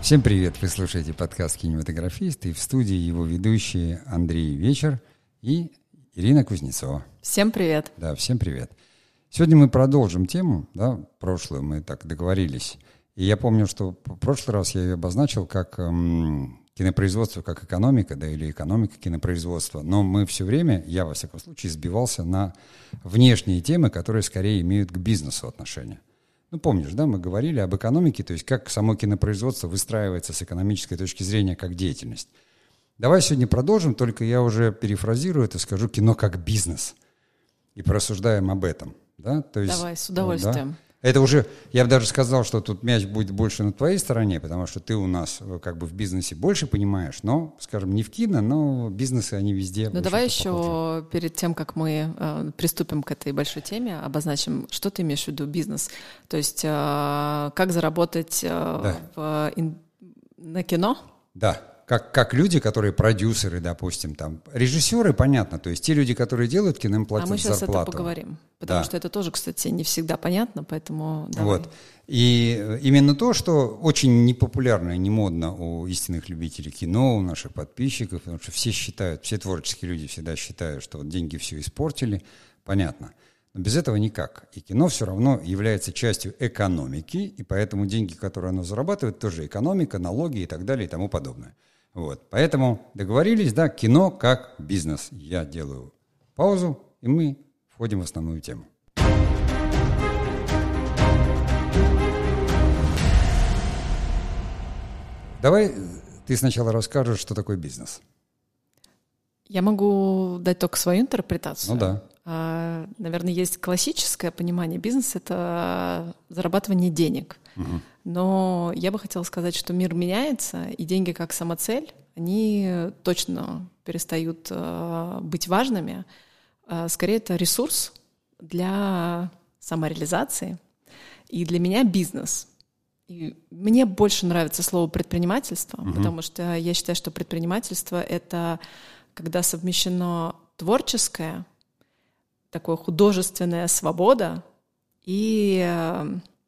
Всем привет! Вы слушаете подкаст «Кинематографист», и в студии его ведущие Андрей Вечер и Ирина Кузнецова. Всем привет! Да, всем привет! Сегодня мы продолжим тему, да, прошлую мы так договорились. И я помню, что в прошлый раз я ее обозначил как кинопроизводство, как экономика, да, или экономика кинопроизводства. Но мы все время, я во всяком случае, сбивался на внешние темы, которые скорее имеют к бизнесу отношение. Ну, помнишь, да, мы говорили об экономике, то есть как само кинопроизводство выстраивается с экономической точки зрения как деятельность. Давай сегодня продолжим, только я уже перефразирую это, скажу кино как бизнес. И порассуждаем об этом. Да? То есть, давай, с удовольствием. Да. Это уже, я бы даже сказал, что тут мяч будет больше на твоей стороне, потому что ты у нас как бы в бизнесе больше понимаешь, но, скажем, не в кино, но бизнесы, они везде. Ну давай еще перед тем, как мы приступим к этой большой теме, обозначим, что ты имеешь в виду бизнес. То есть как заработать на кино? Да. Как люди, которые продюсеры, допустим, там, режиссеры, понятно, то есть те люди, которые делают кино, им платят зарплату. А мы сейчас это поговорим, потому что это тоже, кстати, не всегда понятно, поэтому давай. Вот. И именно то, что очень непопулярно и не модно у истинных любителей кино, у наших подписчиков, потому что все считают, все творческие люди всегда считают, что вот деньги все испортили, понятно. Но без этого никак. И кино все равно является частью экономики, и поэтому деньги, которые оно зарабатывает, тоже экономика, налоги и так далее и тому подобное. Вот. Поэтому договорились, да, кино как бизнес. Я делаю паузу, и мы входим в основную тему. Давай ты сначала расскажешь, что такое бизнес. Я могу дать только свою интерпретацию. Ну да. Наверное, есть классическое понимание бизнеса — это зарабатывание денег. Угу. Но я бы хотела сказать, что мир меняется, и деньги как самоцель, они точно перестают быть важными. Скорее, это ресурс для самореализации. И для меня бизнес. И мне больше нравится слово предпринимательство, потому что я считаю, что предпринимательство — это когда совмещено творческое, такое художественная свобода и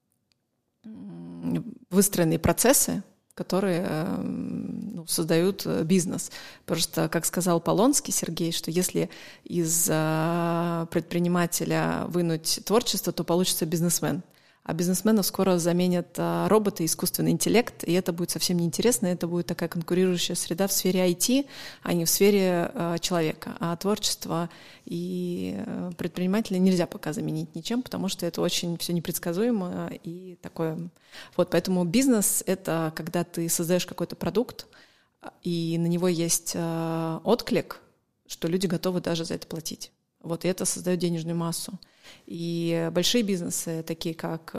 выстроенные процессы, которые создают бизнес. Потому что, как сказал Полонский Сергей, что если из предпринимателя вынуть творчество, то получится бизнесмен. А бизнесменов скоро заменят роботы, искусственный интеллект, и это будет совсем неинтересно, это будет такая конкурирующая среда в сфере IT, а не в сфере человека. А творчество и предпринимателя нельзя пока заменить ничем, потому что это очень все непредсказуемо и такое. Вот, поэтому бизнес — это когда ты создаешь какой-то продукт, и на него есть отклик, что люди готовы даже за это платить. Вот, и это создает денежную массу. И большие бизнесы, такие как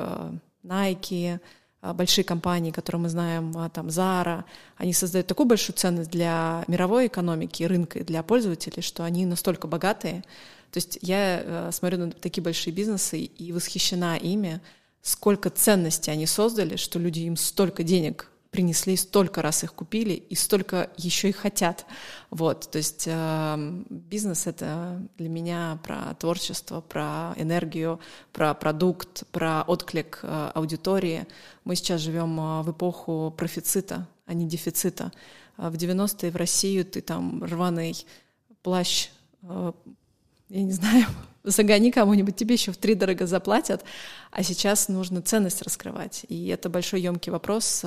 Nike, большие компании, которые мы знаем, там Zara, они создают такую большую ценность для мировой экономики, рынка и для пользователей, что они настолько богатые. То есть я смотрю на такие большие бизнесы и восхищена ими, сколько ценностей они создали, что люди им столько денег принесли, столько раз их купили и столько еще и хотят. Вот, то есть бизнес — это для меня про творчество, про энергию, про продукт, про отклик аудитории. Мы сейчас живем в эпоху профицита, а не дефицита. В 90-е в Россию ты там рваный плащ, я не знаю, загони кому-нибудь, тебе еще втридорого заплатят, а сейчас нужно ценность раскрывать. И это большой емкий вопрос,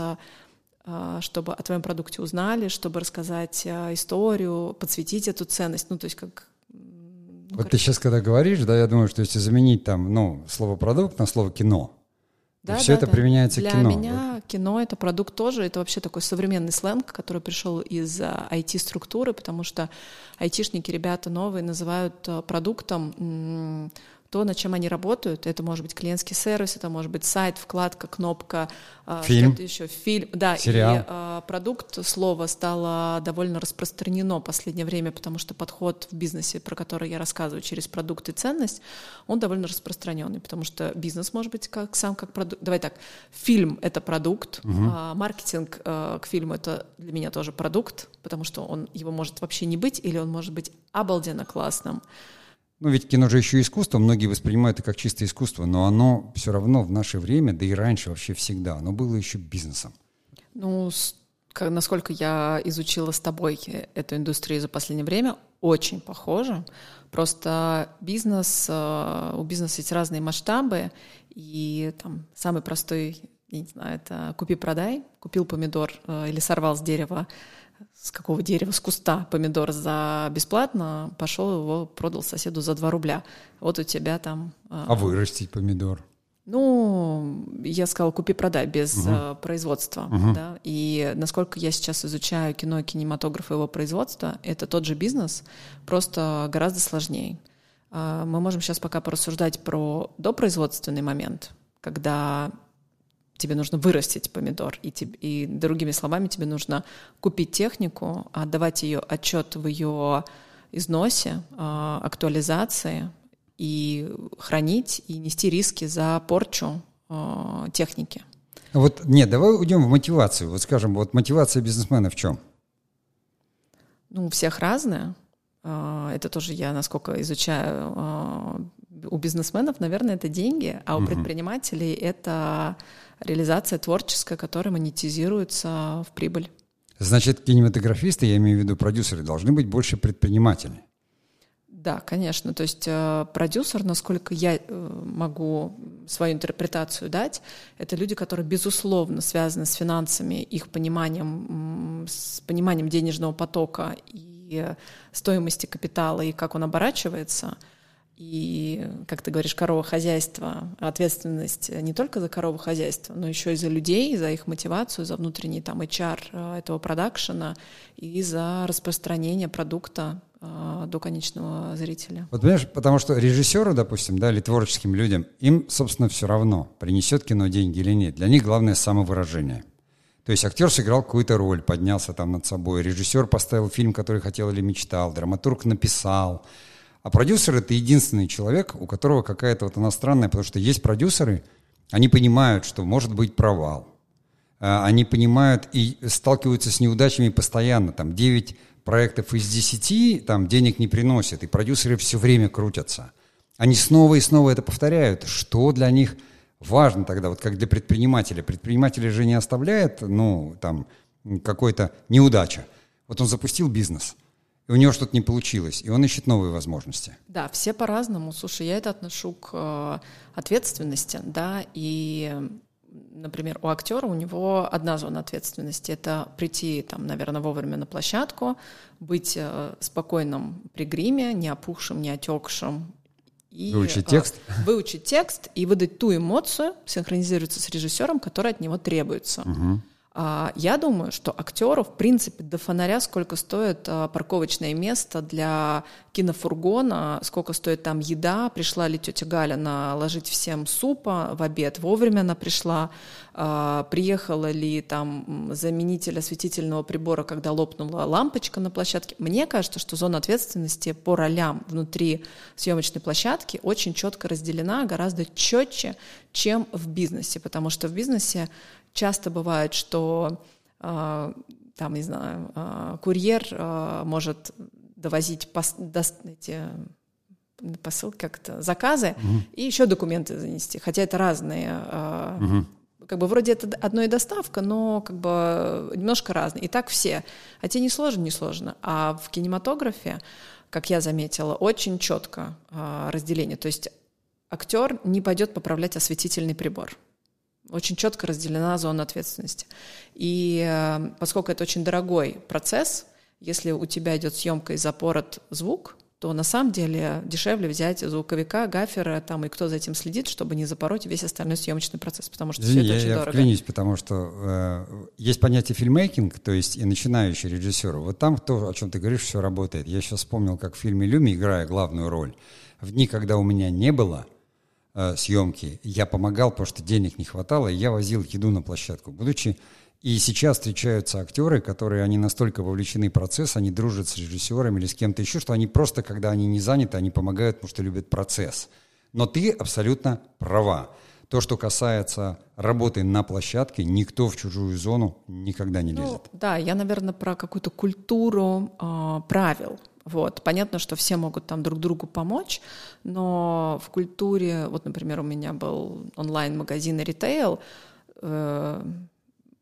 чтобы о твоем продукте узнали, чтобы рассказать историю, подсветить эту ценность. Ну, то есть как... Вот ты сейчас, когда говоришь, да, я думаю, что если заменить там, слово «продукт» на слово «кино», да, все это применяется к кино. Для меня кино — это продукт тоже, это вообще такой современный сленг, который пришел из IT-структуры, потому что айтишники, ребята новые, называют продуктом то, над чем они работают. Это может быть клиентский сервис, это может быть сайт, вкладка, кнопка, фильм, что-то еще, фильм, да, сериал. И продукт, слово стало довольно распространено в последнее время, потому что подход в бизнесе, про который я рассказываю, через продукт и ценность, он довольно распространенный, потому что бизнес может быть как продукт. Давай так, фильм — это продукт, маркетинг к фильму — это для меня тоже продукт, потому что его может вообще не быть, или он может быть обалденно классным. Ну, ведь кино же еще искусство, многие воспринимают это как чистое искусство, но оно все равно в наше время, да и раньше вообще всегда, оно было еще бизнесом. Ну, насколько я изучила с тобой эту индустрию за последнее время, очень похоже. Просто у бизнеса есть разные масштабы, и там самый простой, я не знаю, это купи-продай. Купил помидор или сорвал с дерева, с какого дерева, с куста помидор за бесплатно, пошел его продал соседу за 2 рубля. Вот у тебя там... А вырастить помидор? Ну, я сказала, купи-продай без производства. Да? И насколько я сейчас изучаю кино, кинематограф и его производство, это тот же бизнес, просто гораздо сложнее. Мы можем сейчас пока порассуждать про допроизводственный момент, когда тебе нужно вырастить помидор, и другими словами, тебе нужно купить технику, отдавать ее отчет в ее износе, актуализации, и хранить, и нести риски за порчу техники. Вот, нет, давай уйдем в мотивацию. Вот скажем, вот мотивация бизнесмена в чем? Ну, у всех разная. Это тоже я, насколько изучаю, у бизнесменов, наверное, это деньги, а у предпринимателей это реализация творческая, которая монетизируется в прибыль. Значит, кинематографисты, я имею в виду продюсеры, должны быть больше предприниматели. Да, конечно. То есть продюсер, насколько я могу свою интерпретацию дать, это люди, которые, безусловно, связаны с финансами, их пониманием, с пониманием денежного потока и стоимости капитала, и как он оборачивается. И, как ты говоришь, коровохозяйство, ответственность не только за коровохозяйство, но еще и за людей, за их мотивацию, за внутренний там HR этого продакшена и за распространение продукта до конечного зрителя. Вот понимаешь, потому что режиссеру, допустим, да, или творческим людям, им, собственно, все равно, принесет кино деньги или нет. Для них главное самовыражение. То есть актер сыграл какую-то роль, поднялся там над собой, режиссер поставил фильм, который хотел или мечтал, драматург написал. А продюсер — это единственный человек, у которого какая-то вот иностранная, потому что есть продюсеры, они понимают, что может быть провал. Они понимают и сталкиваются с неудачами постоянно. Там 9 проектов из 10 там денег не приносят, и продюсеры все время крутятся. Они снова и снова это повторяют. Что для них важно тогда, вот как для предпринимателя? Предприниматель же не оставляет, ну, там, какой-то неудача. Вот он запустил бизнес, и у него что-то не получилось, и он ищет новые возможности. Да, все по-разному. Слушай, я это отношу к ответственности, да, и, например, у актера у него одна зона ответственности — это прийти, там, наверное, вовремя на площадку, быть спокойным при гриме, не опухшим, не отекшим. И выучить текст? Выучить текст и выдать ту эмоцию, синхронизироваться с режиссером, которая от него требуется. Угу. Я думаю, что актеру, в принципе, до фонаря, сколько стоит парковочное место для кинофургона, сколько стоит там еда, пришла ли тетя Галя наложить всем супа в обед, вовремя она пришла, приехала ли там заменитель осветительного прибора, когда лопнула лампочка на площадке. Мне кажется, что зона ответственности по ролям внутри съемочной площадки очень четко разделена, гораздо четче, чем в бизнесе, потому что в бизнесе часто бывает, что там, не знаю, курьер может довозить эти посылки, как-то заказы, и еще документы занести, хотя это разные. Как бы вроде это одно и доставка, но как бы немножко разные. И так все. А тебе не сложно. А в кинематографе, как я заметила, очень четко разделение. То есть актер не пойдет поправлять осветительный прибор. Очень четко разделена зона ответственности. И поскольку это очень дорогой процесс, если у тебя идет съемка и запорот звук, то на самом деле дешевле взять звуковика, гафера, там, и кто за этим следит, чтобы не запороть весь остальной съемочный процесс, потому что все это очень дорого. Я вклинюсь, потому что есть понятие фильммейкинг, то есть и начинающий режиссер. Вот там то, о чем ты говоришь, все работает. Я сейчас вспомнил, как в фильме «Люми», играя главную роль, в дни, когда у меня не было съемки, я помогал, потому что денег не хватало, и я возил еду на площадку. И сейчас встречаются актеры, которые, они настолько вовлечены в процесс, они дружат с режиссерами или с кем-то еще, что они просто, когда они не заняты, они помогают, потому что любят процесс. Но ты абсолютно права. То, что касается работы на площадке, никто в чужую зону никогда не лезет. Да, я, наверное, про какую-то культуру правил. Вот. Понятно, что все могут там друг другу помочь, но в культуре, вот, например, у меня был онлайн-магазин и ритейл,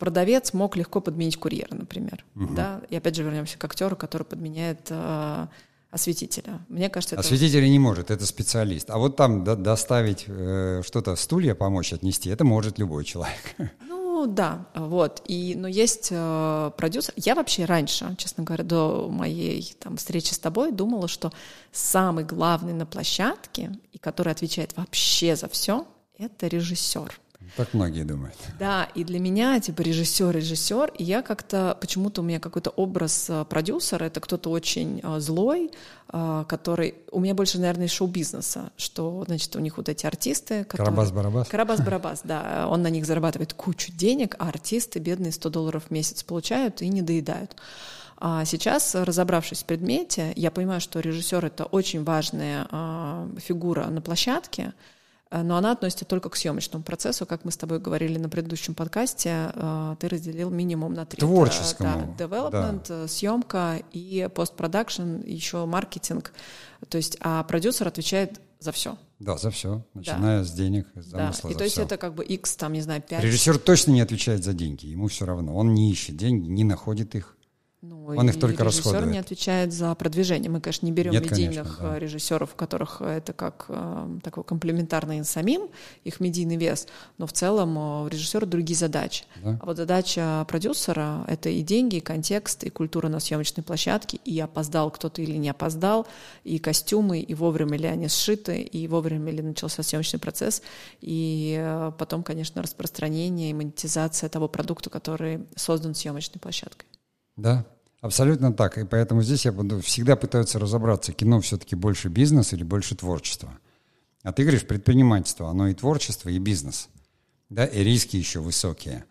продавец мог легко подменить курьера, например. Да? И опять же вернемся к актеру, который подменяет осветителя. Мне кажется, это... Осветителя не может, это специалист. А вот там доставить что-то, стулья помочь отнести, это может любой человек. Ну да, вот. Но есть продюсер. Я вообще раньше, честно говоря, до моей встречи с тобой думала, что самый главный на площадке, и который отвечает вообще за все, это режиссер. Так многие думают. Да, и для меня режиссер, и я как-то, почему-то у меня какой-то образ продюсера, это кто-то очень злой, который, у меня больше, наверное, из шоу-бизнеса, что, значит, у них вот эти артисты, которые... Карабас-барабас? Карабас-барабас, да, он на них зарабатывает кучу денег, а артисты бедные $100 в месяц получают и не доедают. А сейчас, разобравшись в предмете, я понимаю, что режиссер — это очень важная фигура на площадке, но она относится только к съемочному процессу. Как мы с тобой говорили на предыдущем подкасте, ты разделил минимум на 3. Творческому. Да, development, съемка и постпродакшн, еще маркетинг. То есть, а продюсер отвечает за все. Да, за все, начиная с денег, с замысла, и за то есть все. это как бы X, 5. Режиссер точно не отвечает за деньги, ему все равно. Он не ищет деньги, не находит их. Он их только расходует. Режиссер не отвечает за продвижение. Мы, конечно, не берем медийных режиссеров, у которых это как такой комплементарный самим, их медийный вес, но в целом у режиссера другие задачи. Да. А вот задача продюсера — это и деньги, и контекст, и культура на съемочной площадке, и опоздал кто-то или не опоздал, и костюмы, и вовремя ли они сшиты, и вовремя ли начался съемочный процесс, и потом, конечно, распространение и монетизация того продукта, который создан съемочной площадкой. Да, абсолютно так. И поэтому здесь всегда пытаются разобраться, кино все-таки больше бизнес или больше творчество. А ты говоришь, предпринимательство, оно и творчество, и бизнес. Да, и риски еще высокие.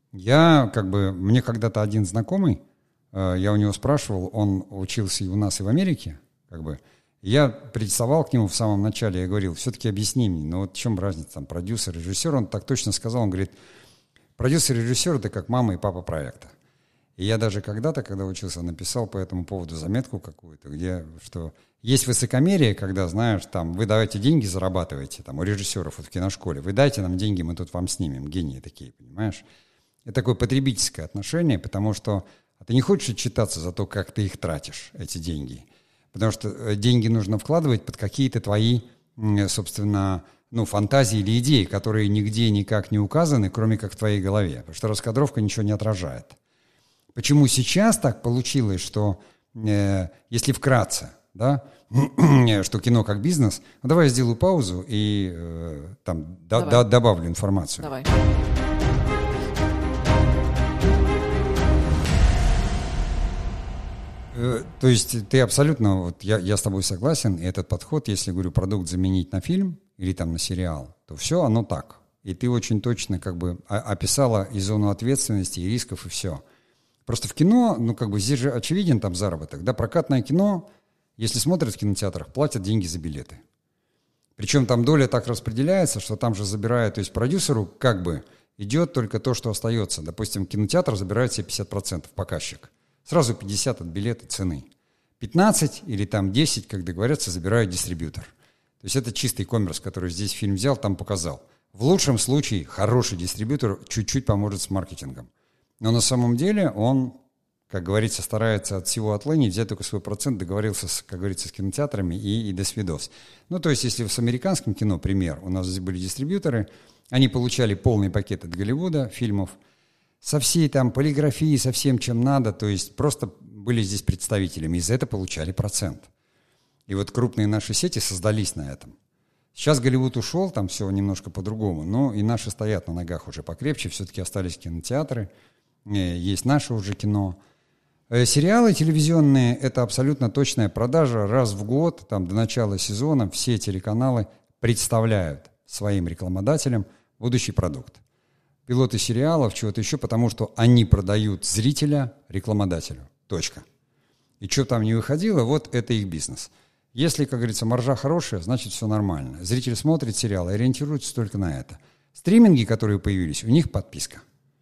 Мне когда-то один знакомый, я у него спрашивал, он учился и у нас, и в Америке, я приставал к нему в самом начале, я говорил, все-таки объясни мне, в чем разница, продюсер, режиссер, он так точно сказал, он говорит, продюсер и режиссер — это как мама и папа проекта. И я даже когда-то, когда учился, написал по этому поводу заметку какую-то, что есть высокомерие, когда, знаешь, вы давайте деньги зарабатываете, у режиссеров в киношколе, вы дайте нам деньги, мы тут вам снимем, гении такие, понимаешь? Это такое потребительское отношение, потому что ты не хочешь отчитаться за то, как ты их тратишь, эти деньги, потому что деньги нужно вкладывать под какие-то твои, собственно, фантазии или идеи, которые нигде никак не указаны, кроме как в твоей голове, потому что раскадровка ничего не отражает. Почему сейчас так получилось, что, если вкратце, что кино как бизнес, давай я сделаю паузу и добавлю информацию. Давай. То есть ты абсолютно, я с тобой согласен, и этот подход, если, говорю, продукт заменить на фильм или на сериал, то все оно так. И ты очень точно описала и зону ответственности, и рисков, и все. Просто в кино, здесь же очевиден заработок. Да, прокатное кино, если смотрят в кинотеатрах, платят деньги за билеты. Причем там доля так распределяется, что там же забирают, то есть продюсеру идет только то, что остается. Допустим, кинотеатр забирает себе 50% показчик. Сразу 50% от билета цены. 15 или 10, как договорятся, забирает дистрибьютор. То есть это чистый коммерс, который здесь фильм взял, там показал. В лучшем случае хороший дистрибьютор чуть-чуть поможет с маркетингом. Но на самом деле он, как говорится, старается от всего отлынить, взять только свой процент, договорился, как говорится, с кинотеатрами и до свидос. То есть если с американским кино, пример, у нас здесь были дистрибьюторы, они получали полный пакет от Голливуда фильмов, со всей полиграфией, со всем, чем надо, то есть просто были здесь представителями, и за это получали процент. И крупные наши сети создались на этом. Сейчас Голливуд ушел, там все немножко по-другому, но и наши стоят на ногах уже покрепче, все-таки остались кинотеатры, есть наше уже кино. Сериалы телевизионные — это абсолютно точная продажа. Раз в год, до начала сезона, все телеканалы представляют своим рекламодателям будущий продукт. Пилоты сериалов, чего-то еще, потому что они продают зрителя рекламодателю. Точка. И что там не выходило, это их бизнес. Если, как говорится, маржа хорошая, значит все нормально. Зритель смотрит сериал и ориентируется только на это. Стриминги, которые появились, у них подписка.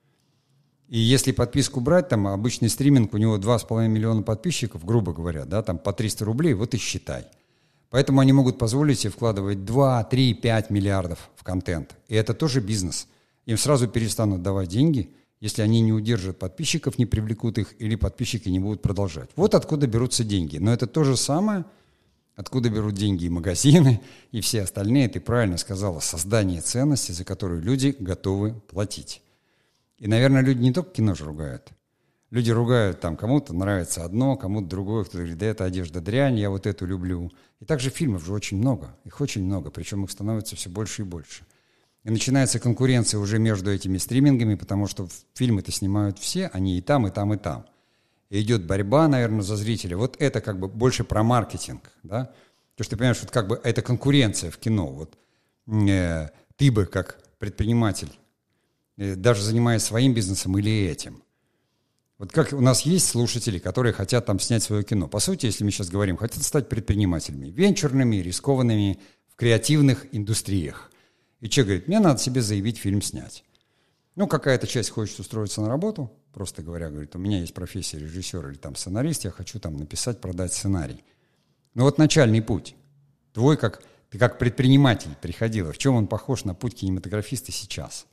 И если подписку брать, обычный стриминг, у него 2,5 миллиона подписчиков, грубо говоря, по 300 рублей, и считай. Поэтому они могут позволить себе вкладывать 2, 3, 5 миллиардов в контент. И это тоже бизнес. Им сразу перестанут давать деньги, если они не удержат подписчиков, не привлекут их, или подписчики не будут продолжать. Вот откуда берутся деньги. Но это то же самое, откуда берут деньги и магазины, и все остальные, ты правильно сказала, создание ценности, за которую люди готовы платить. И, наверное, люди не только кино же ругают. Люди ругают, там, кому-то нравится одно, кому-то другое, кто-то говорит, да эта одежда дрянь, я вот эту люблю. И также фильмов же очень много, их очень много, причем их становится все больше и больше. И начинается конкуренция уже между этими стримингами, потому что фильмы-то снимают все, они и там, и там, и там. И идет борьба, наверное, за зрителя. Вот это как бы больше про маркетинг, да? Потому что ты понимаешь, вот как бы это конкуренция в кино. Вот ты бы как предприниматель, даже занимаясь своим бизнесом или этим, вот как у нас есть слушатели, которые хотят там снять свое кино. По сути, если мы сейчас говорим, хотят стать предпринимателями, венчурными, рискованными, в креативных индустриях. И человек говорит, мне надо себе заявить фильм снять. Ну, какая-то часть хочет устроиться на работу, просто говоря, говорит, у меня есть профессия режиссер или там сценарист, я хочу там написать, продать сценарий. Но вот начальный путь. Ты как предприниматель приходила, в чем он похож на путь кинематографиста сейчас?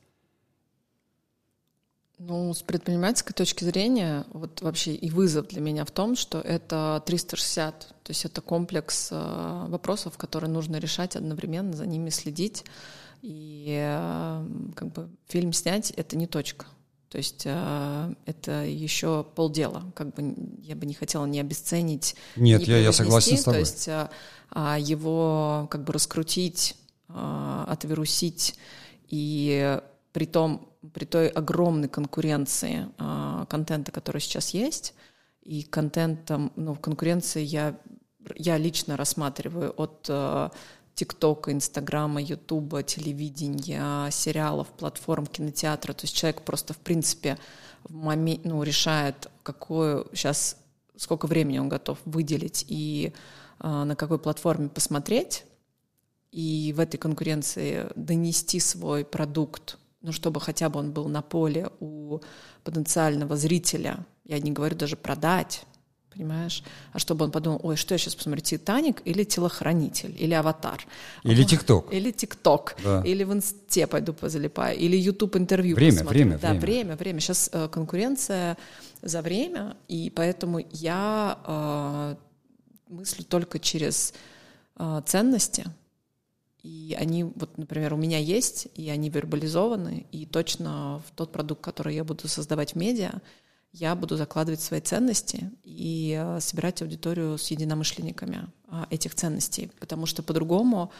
Ну, с предпринимательской точки зрения, вот вообще и вызов для меня в том, что это 360, то есть это комплекс вопросов, которые нужно решать одновременно, за ними следить. И как бы фильм снять — это не точка. То есть это еще полдела. Как бы я бы не хотела не обесценить, нет, не я согласен с тобой. То есть его как бы раскрутить, отвирусить, и при той огромной конкуренции контента, который сейчас есть, и контентом, в конкуренции я лично рассматриваю от ТикТока, Инстаграма, Ютуба, телевидения, сериалов, платформ, кинотеатра. То есть человек просто, в принципе, решает, сколько времени он готов выделить и на какой платформе посмотреть, и в этой конкуренции донести свой продукт, чтобы хотя бы он был на поле у потенциального зрителя. Я не говорю даже продать, понимаешь? А чтобы он подумал, ой, что я сейчас посмотрю, «Титаник» или «Телохранитель», или «Аватар». Или «ТикТок». Или «ТикТок», да. Или в Инсте пойду позалипаю, или YouTube-интервью посмотрю. Время. Сейчас конкуренция за время, и поэтому я мыслю только через ценности. И они, вот, например, у меня есть, и они вербализованы, и точно в тот продукт, который я буду создавать в медиа, я буду закладывать свои ценности и собирать аудиторию с единомышленниками этих ценностей, потому что по-другому...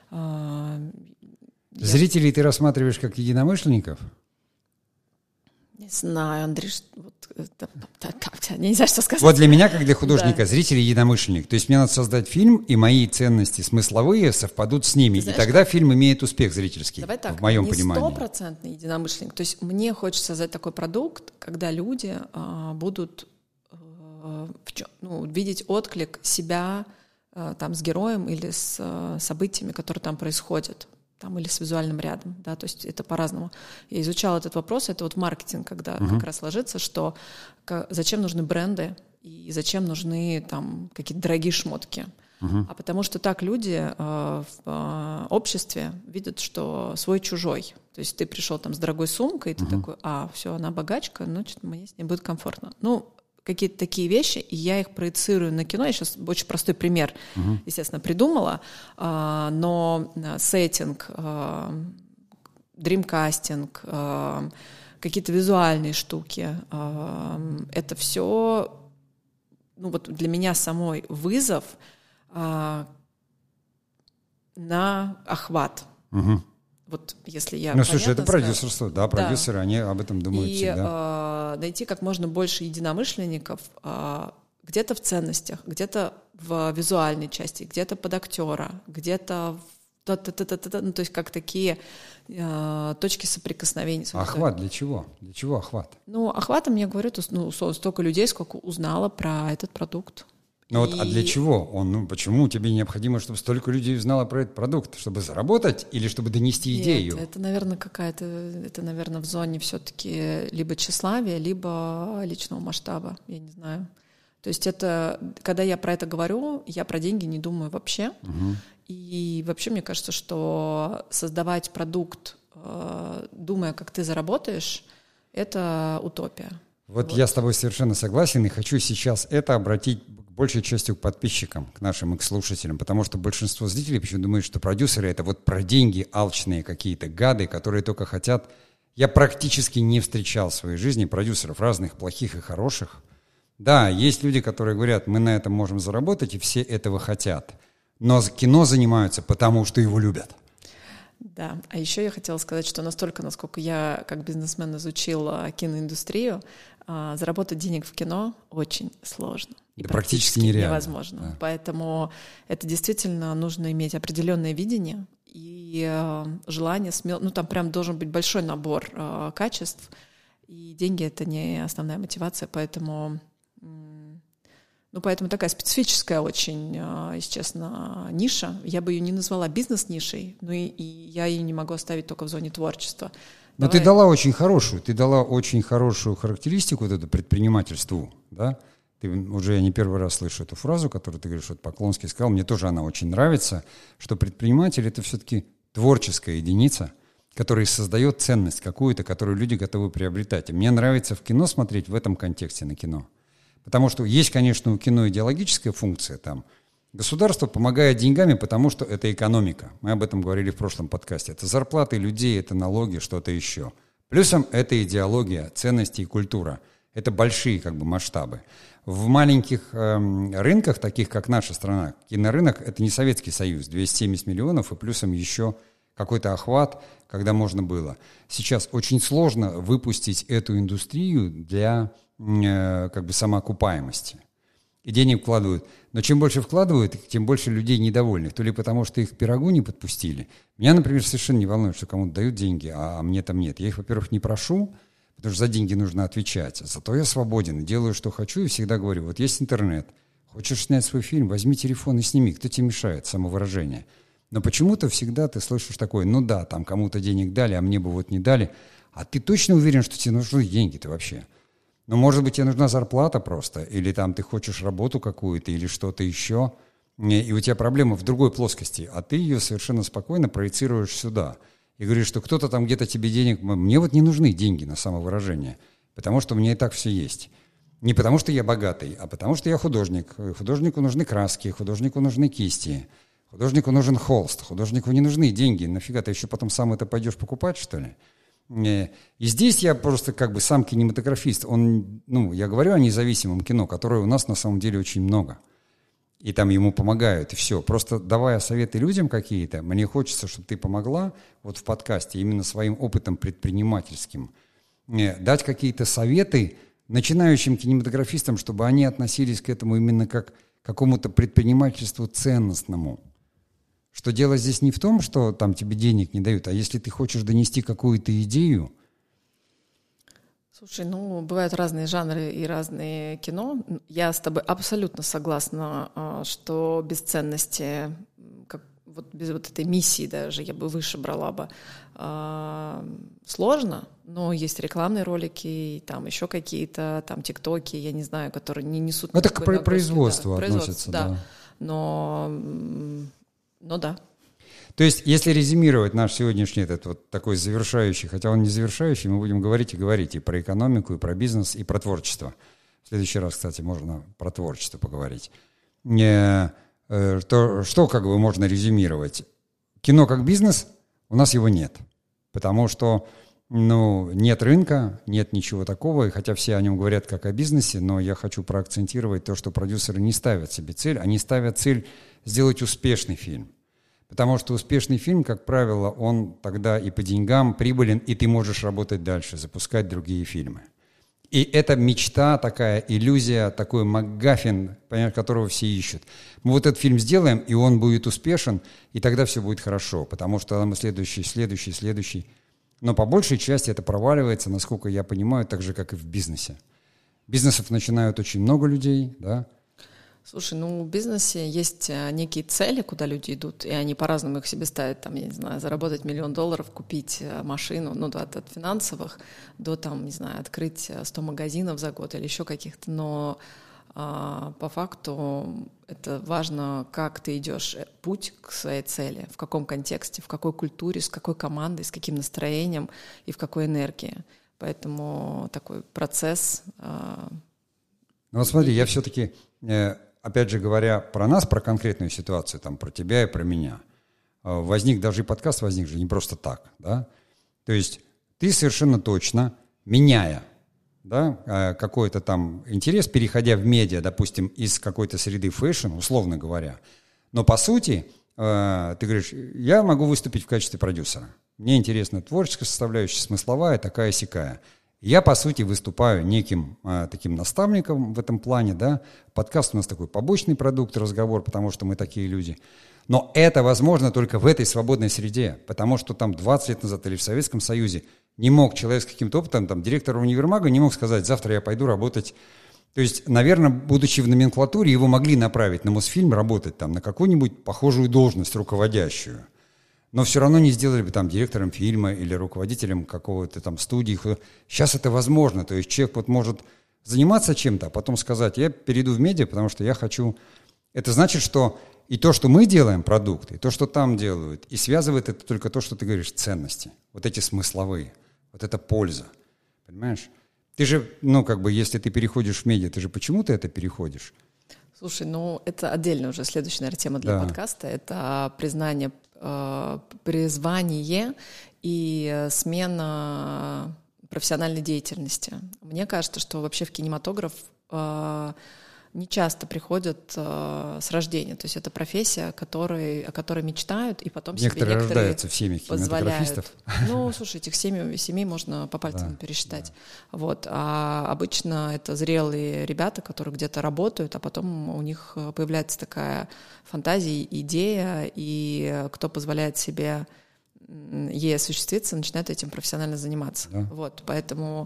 Зрителей ты рассматриваешь как единомышленников? Не знаю, Андрей, нельзя что сказать. Вот для меня, как для художника, зритель единомышленник. То есть мне надо создать фильм, и мои ценности смысловые совпадут с ними. Знаешь, и тогда фильм имеет успех зрительский, в моем понимании. Не стопроцентный единомышленник. То есть мне хочется создать такой продукт, когда люди будут видеть отклик себя там, с героем или с событиями, которые там происходят. Там, или с визуальным рядом, да, то есть это по-разному. Я изучала этот вопрос, это вот маркетинг, когда как раз ложится, что зачем нужны бренды и зачем нужны там какие-то дорогие шмотки. А потому что так люди в обществе видят, что свой-чужой. То есть ты пришел там с дорогой сумкой, и ты такой, все, она богачка, значит, мне с ней будет комфортно. Какие-то такие вещи, и я их проецирую на кино. Я сейчас очень простой пример, естественно, придумала, но сеттинг, дримкастинг, какие-то визуальные штуки, это все, вот для меня самой вызов на охват. Вот если я... слушай, это продюсерство, да, продюсеры, они об этом думают И всегда. найти как можно больше единомышленников где-то в ценностях, где-то в визуальной части, где-то под актера, где-то то есть как такие точки соприкосновения. Охват для чего? Для чего охват? Охватом я говорю, столько людей, сколько узнало про этот продукт. А для чего он? Почему тебе необходимо, чтобы столько людей узнало про этот продукт? Чтобы заработать или чтобы донести идею? Это, наверное, в зоне все-таки либо тщеславия, либо личного масштаба, я не знаю. То есть когда я про это говорю, я про деньги не думаю вообще. И вообще мне кажется, что создавать продукт, думая, как ты заработаешь, Это утопия. Вот я с тобой совершенно согласен, и хочу сейчас это обратить большей частью к подписчикам, к нашим слушателям, потому что большинство зрителей почему-то думают, что продюсеры — это вот про деньги алчные какие-то гады, которые только хотят... Я практически не встречал в своей жизни продюсеров разных, плохих и хороших. Да, есть люди, которые говорят, мы на этом можем заработать, и все этого хотят. Но кино занимаются, потому что его любят. Да, а еще я хотела сказать, что настолько, насколько я как бизнесмен изучила киноиндустрию, заработать денег в кино очень сложно. И практически невозможно. Да. Поэтому это действительно нужно иметь определенное видение и желание, там прям должен быть большой набор качеств, и деньги — это не основная мотивация, поэтому такая специфическая очень, если честно, ниша. Я бы ее не назвала бизнес-нишей, но и я ее не могу оставить только в зоне творчества. Но ты дала очень хорошую характеристику вот эту предпринимательству, да? Ты уже я не первый раз слышу эту фразу, которую ты говоришь, вот Поклонский сказал, мне тоже она очень нравится, что предприниматель — это все-таки творческая единица, которая создает ценность какую-то, которую люди готовы приобретать. И мне нравится в кино смотреть в этом контексте на кино. Потому что есть, конечно, у кино идеологическая функция там. Государство помогает деньгами, потому что это экономика. Мы об этом говорили в прошлом подкасте. Это зарплаты людей, это налоги, что-то еще. Плюсом это идеология, ценности и культура. Это большие масштабы. В маленьких рынках, таких как наша страна, кинорынок — это не Советский Союз, 270 миллионов и плюсом еще какой-то охват, когда можно было. Сейчас очень сложно выпустить эту индустрию для самоокупаемости. И денег вкладывают. Но чем больше вкладывают, тем больше людей недовольных. То ли потому, что их к пирогу не подпустили. Меня, например, совершенно не волнует, что кому-то дают деньги, а мне там нет. Я их, во-первых, не прошу, потому что за деньги нужно отвечать. Зато я свободен, делаю, что хочу, и всегда говорю, вот есть интернет. Хочешь снять свой фильм, возьми телефон и сними. Кто тебе мешает? Самовыражение. Но почему-то всегда ты слышишь такое, ну да, там кому-то денег дали, а мне бы вот не дали. А ты точно уверен, что тебе нужны деньги-то вообще? Ну, может быть, тебе нужна зарплата просто, или там ты хочешь работу какую-то, или что-то еще, и у тебя проблема в другой плоскости, а ты ее совершенно спокойно проецируешь сюда. И говоришь, что кто-то там где-то тебе денег... Мне вот не нужны деньги на самовыражение, потому что у меня и так все есть. Не потому что я богатый, а потому что я художник. Художнику нужны краски, художнику нужны кисти, художнику нужен холст, художнику не нужны деньги. Нафига ты еще потом сам это пойдешь покупать, что ли? И здесь я просто сам кинематографист. Я говорю о независимом кино, которое у нас на самом деле очень много. И там ему помогают, и все. Просто давая советы людям какие-то, мне хочется, чтобы ты помогла вот в подкасте именно своим опытом предпринимательским дать какие-то советы начинающим кинематографистам, чтобы они относились к этому именно как к какому-то предпринимательству ценностному. Что дело здесь не в том, что там тебе денег не дают, а если ты хочешь донести какую-то идею. Слушай, бывают разные жанры и разные кино. Я с тобой абсолютно согласна, что без ценности, без вот этой миссии даже, я бы выше брала бы, сложно, но есть рекламные ролики, и там еще какие-то, там тиктоки, я не знаю, которые не несут... Это к производству относится, да. Но да. То есть, если резюмировать наш сегодняшний этот вот такой завершающий, хотя он не завершающий, мы будем говорить и про экономику, и про бизнес, и про творчество. В следующий раз, кстати, можно про творчество поговорить. Что можно резюмировать? Кино как бизнес, у нас его нет. Потому что нет рынка, нет ничего такого, и хотя все о нем говорят как о бизнесе, но я хочу проакцентировать то, что продюсеры не ставят себе цель, они ставят цель сделать успешный фильм. Потому что успешный фильм, как правило, он тогда и по деньгам прибылен, и ты можешь работать дальше, запускать другие фильмы. И это мечта такая, иллюзия, такой МакГаффин, которого все ищут. Мы вот этот фильм сделаем, и он будет успешен, и тогда все будет хорошо, потому что мы следующий. Но по большей части это проваливается, насколько я понимаю, так же, как и в бизнесе. Бизнесов начинают очень много людей, да. Слушай, в бизнесе есть некие цели, куда люди идут, и они по-разному их себе ставят, там, я не знаю, заработать $1 миллион, купить машину, от финансовых до, там, не знаю, открыть 100 магазинов за год или еще каких-то, но по факту это важно, как ты идешь путь к своей цели, в каком контексте, в какой культуре, с какой командой, с каким настроением и в какой энергии. Поэтому такой процесс... Ну вот смотри, я все-таки, опять же говоря про нас, про конкретную ситуацию, там, про тебя и про меня, возник, даже и подкаст возник же не просто так, да? То есть ты совершенно точно, меняя, да, какой-то там интерес, переходя в медиа, допустим, из какой-то среды фэшн, условно говоря, но по сути ты говоришь, я могу выступить в качестве продюсера. Мне интересна творческая составляющая, смысловая, такая-сякая. Я, по сути, выступаю неким таким наставником в этом плане, да. Подкаст у нас такой побочный продукт, разговор, потому что мы такие люди. Но это возможно только в этой свободной среде, потому что там 20 лет назад или в Советском Союзе не мог человек с каким-то опытом, там, директор универмага не мог сказать, завтра я пойду работать. То есть, наверное, будучи в номенклатуре, его могли направить на Мосфильм работать там на какую-нибудь похожую должность руководящую. Но все равно не сделали бы там директором фильма или руководителем какого-то там студии. Сейчас это возможно. То есть человек вот может заниматься чем-то, а потом сказать, я перейду в медиа, потому что я хочу... Это значит, что и то, что мы делаем, продукты, и то, что там делают, и связывает это только то, что ты говоришь, ценности. Вот эти смысловые. Вот это польза. Понимаешь? Ты же, ну, как бы, если ты переходишь в медиа, ты же почему-то это переходишь? Слушай, ну, это отдельная уже следующая, наверное, тема для подкаста. Это признание, призвание и смена профессиональной деятельности. Мне кажется, что вообще в кинематограф не часто приходят с рождения. То есть это профессия, о которой мечтают, и потом некоторые себе рождаются в семьях кинематографистов. Ну, слушай, этих семей можно по пальцам пересчитать. Да. Вот. А обычно это зрелые ребята, которые где-то работают, а потом у них появляется такая фантазия, идея, и кто позволяет себе ей осуществиться, начинает этим профессионально заниматься. Да. Вот. Поэтому...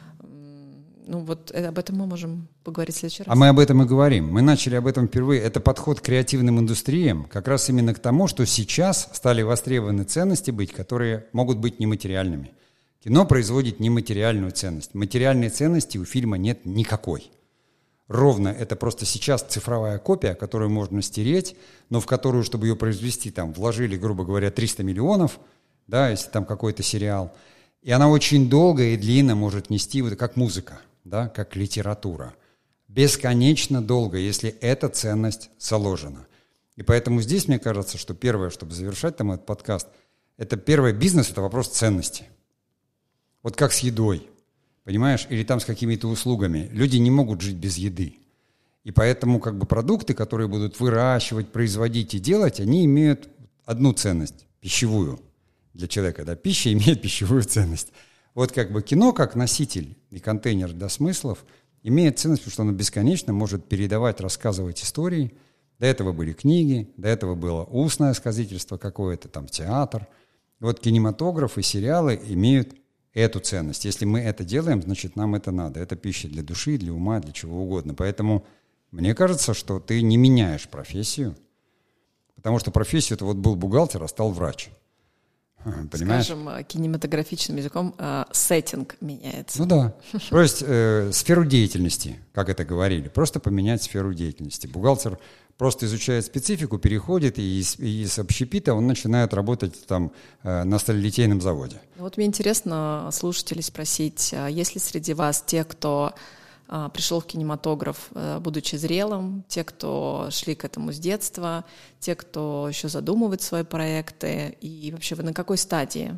Ну вот об этом мы можем поговорить в следующий раз. А мы об этом и говорим. Мы начали об этом впервые. Это подход к креативным индустриям, как раз именно к тому, что сейчас стали востребованы ценности быть, которые могут быть нематериальными. Кино производит нематериальную ценность. Материальной ценности у фильма нет никакой. Ровно это просто сейчас цифровая копия, которую можно стереть, но в которую, чтобы ее произвести, там вложили, грубо говоря, 300 миллионов, да, если там какой-то сериал. И она очень долго и длинно может нести, вот как музыка. Да, как литература. Бесконечно долго, если эта ценность заложена. И поэтому здесь, мне кажется, что первое, чтобы завершать там этот подкаст, это первый бизнес, это вопрос ценности. Вот как с едой, понимаешь, или там с какими-то услугами. Люди не могут жить без еды. И поэтому как бы продукты, которые будут выращивать, производить и делать, они имеют одну ценность, пищевую для человека. Да? Пища имеет пищевую ценность. Вот как бы кино, как носитель и контейнер для смыслов, имеет ценность, потому что оно бесконечно может передавать, рассказывать истории. До этого были книги, до этого было устное сказительство какое-то, там театр. Вот кинематограф и сериалы имеют эту ценность. Если мы это делаем, значит, нам это надо. Это пища для души, для ума, для чего угодно. Поэтому мне кажется, что ты не меняешь профессию, потому что профессию, это вот был бухгалтер, а стал врач. Понимаешь? Скажем, кинематографичным языком сеттинг меняется. Ну да. То есть сферу деятельности, как это говорили, просто поменять сферу деятельности. Бухгалтер просто изучает специфику, переходит, и из общепита он начинает работать там на сталелитейном заводе. Вот мне интересно слушателей спросить, есть ли среди вас те, кто пришел в кинематограф, будучи зрелым, те, кто шли к этому с детства, те, кто еще задумывает свои проекты, и вообще вы на какой стадии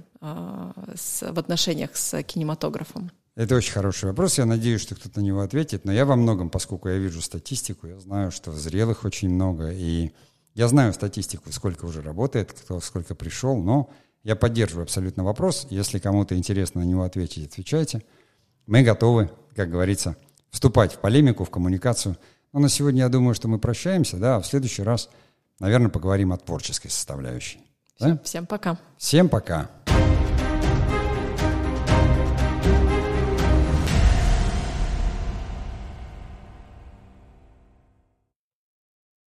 в отношениях с кинематографом? Это очень хороший вопрос, я надеюсь, что кто-то на него ответит, но я во многом, поскольку я вижу статистику, я знаю, что зрелых очень много, и я знаю статистику, сколько уже работает, кто сколько пришел, но я поддерживаю абсолютно вопрос, если кому-то интересно на него ответить, отвечайте. Мы готовы, как говорится, вступать в полемику, в коммуникацию. Но на сегодня я думаю, что мы прощаемся, да, а в следующий раз, наверное, поговорим о творческой составляющей. Да? Всем пока. Всем пока.